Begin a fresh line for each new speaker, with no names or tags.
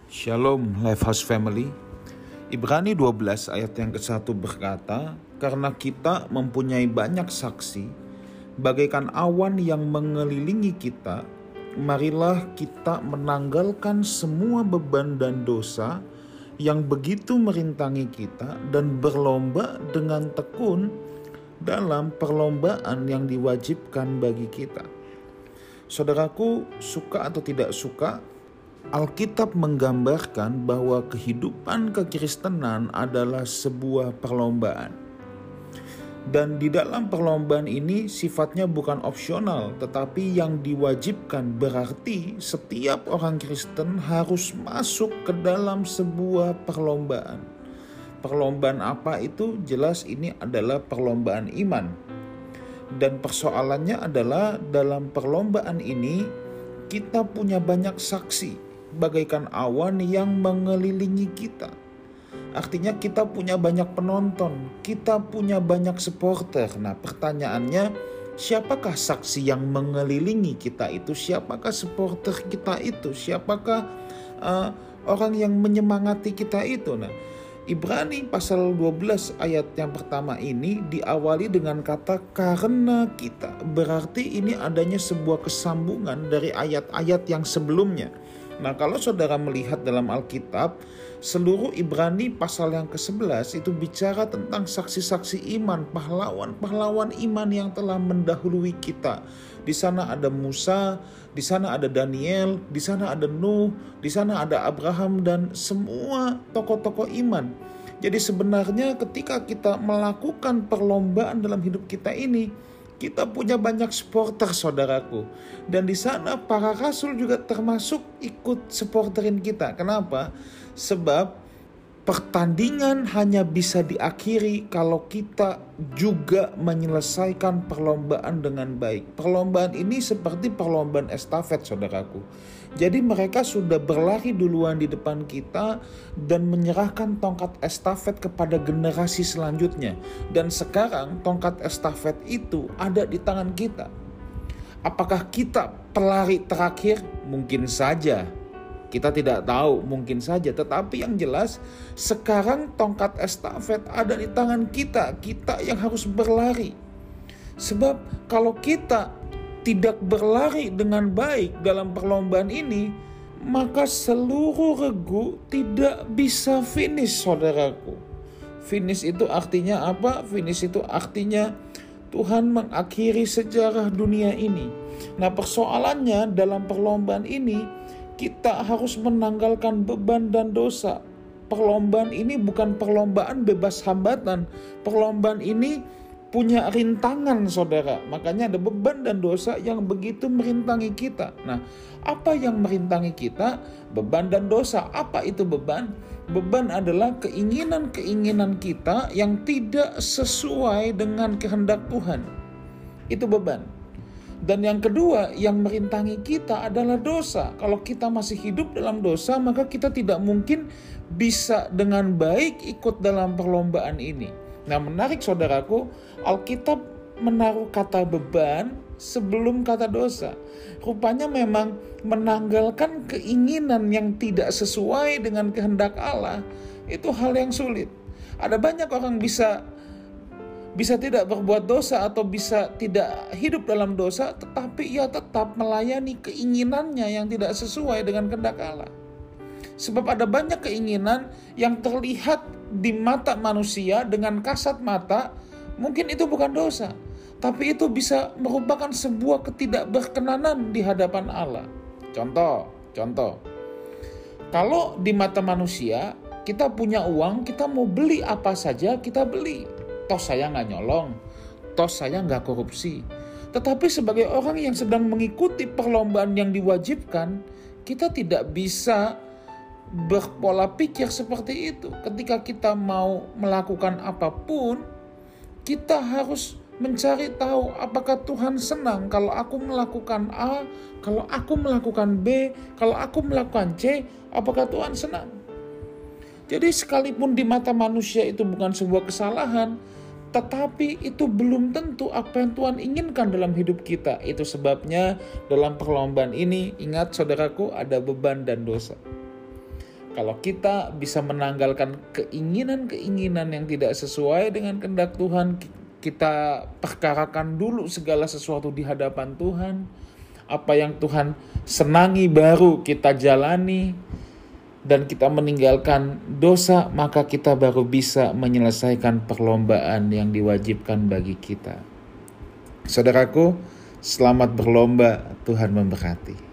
Shalom Lifehouse Family. Ibrani 12 ayat yang ke-1 berkata, karena kita mempunyai banyak saksi, bagaikan awan yang mengelilingi kita, marilah kita menanggalkan semua beban dan dosa yang begitu merintangi kita dan berlomba dengan tekun dalam perlombaan yang diwajibkan bagi kita. Saudaraku, suka atau tidak suka, Alkitab menggambarkan bahwa kehidupan kekristenan adalah sebuah perlombaan. Dan di dalam perlombaan ini sifatnya bukan opsional, tetapi yang diwajibkan, berarti setiap orang Kristen harus masuk ke dalam sebuah perlombaan. Perlombaan apa itu? Jelas ini adalah perlombaan iman. Dan persoalannya adalah dalam perlombaan ini kita punya banyak saksi, bagaikan awan yang mengelilingi kita. Artinya kita punya banyak penonton, kita punya banyak supporter. Nah, pertanyaannya, siapakah saksi yang mengelilingi kita itu? Siapakah supporter kita itu? Siapakah orang yang menyemangati kita itu? Nah, Ibrani pasal 12 ayat yang pertama ini diawali dengan kata karena kita. Berarti ini adanya sebuah kesambungan dari ayat-ayat yang sebelumnya. Nah, kalau saudara melihat dalam Alkitab, seluruh Ibrani pasal yang ke-11 itu bicara tentang saksi-saksi iman, pahlawan-pahlawan iman yang telah mendahului kita. Di sana ada Musa, di sana ada Daniel, di sana ada Nuh, di sana ada Abraham dan semua tokoh-tokoh iman. Jadi sebenarnya ketika kita melakukan perlombaan dalam hidup kita ini, kita punya banyak supporter, saudaraku. Dan di sana para rasul juga termasuk ikut supporterin kita. Kenapa? Sebab pertandingan hanya bisa diakhiri kalau kita juga menyelesaikan perlombaan dengan baik. Perlombaan ini seperti perlombaan estafet, saudaraku. Jadi mereka sudah berlari duluan di depan kita dan menyerahkan tongkat estafet kepada generasi selanjutnya. Dan sekarang tongkat estafet itu ada di tangan kita. Apakah kita pelari terakhir? Mungkin saja. Kita tidak tahu, mungkin saja. Tetapi yang jelas sekarang tongkat estafet ada di tangan kita. Kita yang harus berlari. Sebab kalau kita tidak berlari dengan baik dalam perlombaan ini, maka seluruh regu tidak bisa finish, saudaraku. Finish itu artinya apa? Finish itu artinya Tuhan mengakhiri sejarah dunia ini. Nah, persoalannya dalam perlombaan ini kita harus menanggalkan beban dan dosa. Perlombaan ini bukan perlombaan bebas hambatan. Perlombaan ini punya rintangan, saudara. Makanya ada beban dan dosa yang begitu merintangi kita. Nah, apa yang merintangi kita? Beban dan dosa. Apa itu beban? Beban adalah keinginan-keinginan kita yang tidak sesuai dengan kehendak Tuhan. Itu beban. Dan yang kedua yang merintangi kita adalah dosa. Kalau kita masih hidup dalam dosa, maka kita tidak mungkin bisa dengan baik ikut dalam perlombaan ini. Nah, menarik, saudaraku, Alkitab menaruh kata beban sebelum kata dosa. Rupanya memang menanggalkan keinginan yang tidak sesuai dengan kehendak Allah itu hal yang sulit. Ada banyak orang bisa tidak berbuat dosa atau bisa tidak hidup dalam dosa, tetapi ia tetap melayani keinginannya yang tidak sesuai dengan kehendak Allah. Sebab ada banyak keinginan yang terlihat di mata manusia dengan kasat mata, mungkin itu bukan dosa, tapi itu bisa merupakan sebuah ketidakberkenanan di hadapan Allah. Contoh, kalau di mata manusia kita punya uang, kita mau beli apa saja kita beli. Toh saya nggak nyolong, toh saya nggak korupsi. Tetapi sebagai orang yang sedang mengikuti perlombaan yang diwajibkan, kita tidak bisa berpola pikir seperti itu. Ketika kita mau melakukan apapun, kita harus mencari tahu apakah Tuhan senang kalau aku melakukan A, kalau aku melakukan B, kalau aku melakukan C, apakah Tuhan senang? Jadi sekalipun di mata manusia itu bukan sebuah kesalahan, tetapi itu belum tentu apa yang Tuhan inginkan dalam hidup kita. Itu sebabnya dalam perlombaan ini, ingat saudaraku, ada beban dan dosa. Kalau kita bisa menanggalkan keinginan-keinginan yang tidak sesuai dengan kehendak Tuhan, kita perkarakan dulu segala sesuatu di hadapan Tuhan. Apa yang Tuhan senangi baru kita jalani, dan kita meninggalkan dosa, maka kita baru bisa menyelesaikan perlombaan yang diwajibkan bagi kita. Saudaraku, selamat berlomba, Tuhan memberkati.